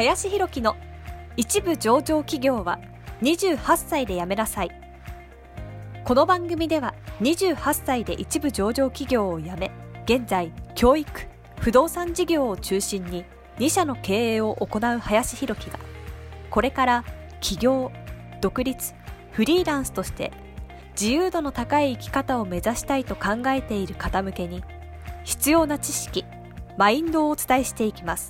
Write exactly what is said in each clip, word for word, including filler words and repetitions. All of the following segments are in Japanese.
林弘樹の一部上場企業はにじゅうはっさいで辞めなさい。この番組ではにじゅうはっさいで一部上場企業を辞め、現在教育、不動産事業を中心にに社の経営を行う林弘樹が、これから起業、独立、フリーランスとして自由度の高い生き方を目指したいと考えている方向けに必要な知識、マインドをお伝えしていきます。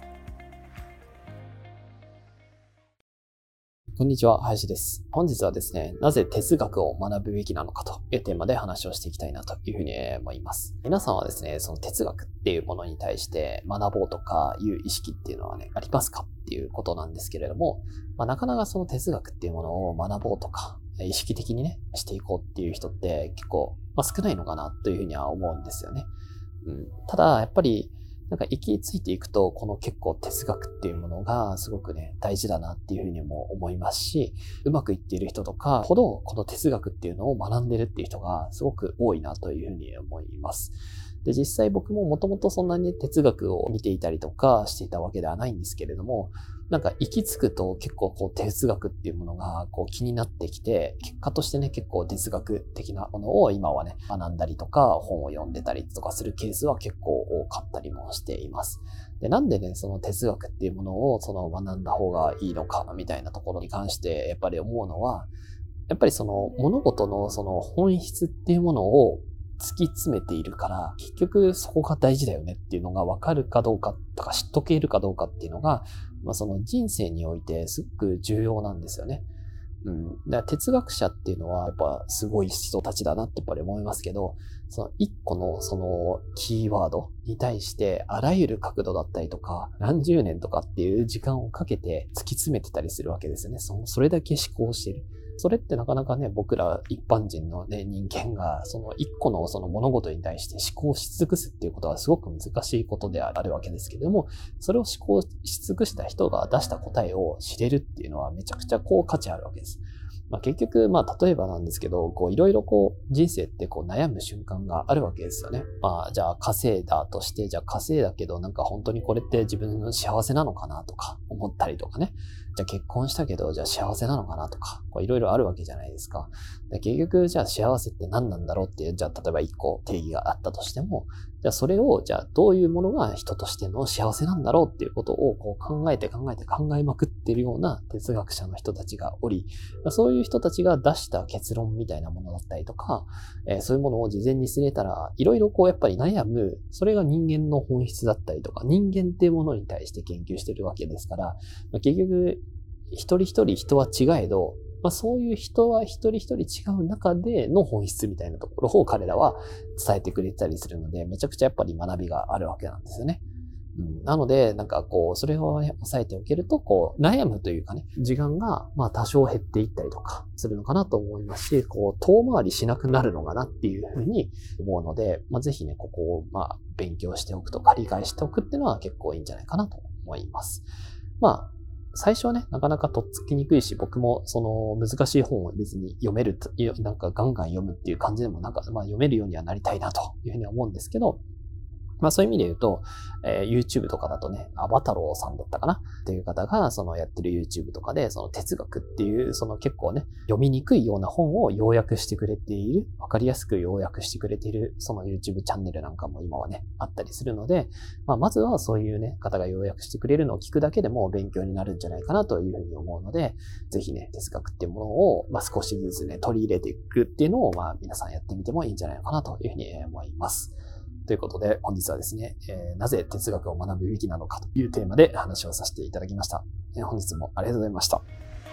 こんにちは、林です。本日はですね、なぜ哲学を学ぶべきなのかというテーマで話をしていきたいなというふうに思います。皆さんはですね、その哲学っていうものに対して学ぼうとかいう意識っていうのはね、ありますかっていうことなんですけれども、まあ、なかなかその哲学っていうものを学ぼうとか、意識的にね、していこうっていう人って結構、まあ、少ないのかなというふうには思うんですよね。うん、ただ、やっぱり、なんか行き着いていくと、この結構哲学っていうものがすごくね、大事だなっていうふうにも思いますし、うまくいっている人とかほど、この哲学っていうのを学んでるっていう人がすごく多いなというふうに思います。で、実際僕ももともとそんなに哲学を見ていたりとかしていたわけではないんですけれども、なんか行き着くと結構こう哲学っていうものがこう気になってきて、結果としてね、結構哲学的なものを今はね、学んだりとか本を読んでたりとかするケースは結構多かったりもしています。で、なんでね、その哲学っていうものをその学んだ方がいいのかみたいなところに関してやっぱり思うのは、やっぱりその物事のその本質っていうものを突き詰めているから、結局そこが大事だよねっていうのが分かるかどうかとか知っとけるかどうかっていうのが、まあ、その人生においてすごく重要なんですよね。うん。だから哲学者っていうのはやっぱすごい人たちだなってやっぱり思いますけど、その一個のそのキーワードに対してあらゆる角度だったりとか、何十年とかっていう時間をかけて突き詰めてたりするわけですよね。その、それだけ思考している。それってなかなかね、僕ら一般人のね、人間が、その一個のその物事に対して思考し尽くすっていうことはすごく難しいことであるわけですけれども、それを思考し尽くした人が出した答えを知れるっていうのはめちゃくちゃこう価値あるわけです。まあ、結局、まあ、例えばなんですけど、こう、いろいろこう、人生ってこう、悩む瞬間があるわけですよね。まあ、じゃあ、稼いだとして、じゃあ、稼いだけど、なんか本当にこれって自分の幸せなのかなとか、思ったりとかね。じゃあ、結婚したけど、じゃあ、幸せなのかなとか、こう、いろいろあるわけじゃないですか。で結局、じゃあ、幸せって何なんだろうっていう、じゃあ、例えば一個定義があったとしても、じゃあ、それを、じゃあ、どういうものが人としての幸せなんだろうっていうことを、こう、考えて考えて考えまくってるような哲学者の人たちがおり、そういう人たちが出した結論みたいなものだったりとか、えー、そういうものを事前に知れたら、いろいろこうやっぱり悩む、それが人間の本質だったりとか、人間っていうものに対して研究してるわけですから、まあ、結局、一人一人人は違えど、まあ、そういう人は一人一人違う中での本質みたいなところを彼らは伝えてくれたりするので、めちゃくちゃやっぱり学びがあるわけなんですよね。うん、なので、なんかこう、それを、ね、抑えておけると、こう、悩むというかね、時間が、まあ多少減っていったりとかするのかなと思いますし、こう、遠回りしなくなるのかなっていうふうに思うので、まあぜひね、ここを、まあ、勉強しておくとか、理解しておくっていうのは結構いいんじゃないかなと思います。まあ、最初はね、なかなかとっつきにくいし、僕もその難しい本を別に読める、なんかガンガン読むっていう感じでもなんか、まあ読めるようにはなりたいなというふうには思うんですけど、まあそういう意味で言うと、えー、YouTube とかだとね、アバタローさんだったかなっていう方が、そのやってる YouTube とかで、その哲学っていう、その結構ね、読みにくいような本を要約してくれている、わかりやすく要約してくれている、その YouTube チャンネルなんかも今はね、あったりするので、まあまずはそういうね、方が要約してくれるのを聞くだけでも勉強になるんじゃないかなというふうに思うので、ぜひね、哲学っていうものを、まあ少しずつね、取り入れていくっていうのを、まあ皆さんやってみてもいいんじゃないかなというふうに思います。ということで、本日はですね、えー、なぜ哲学を学ぶべきなのかというテーマで話をさせていただきました。えー、本日もありがとうございました。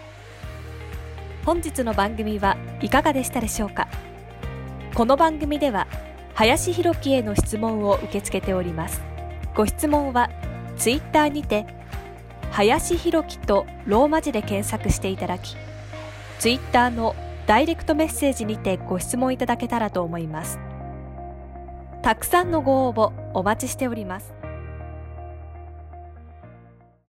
本日の番組はいかがでしたでしょうか。この番組では、林弘樹への質問を受け付けております。ご質問は、ツイッターにて、林弘樹とローマ字で検索していただき、ツイッターのダイレクトメッセージにてご質問いただけたらと思います。たくさんのご応募お待ちしております。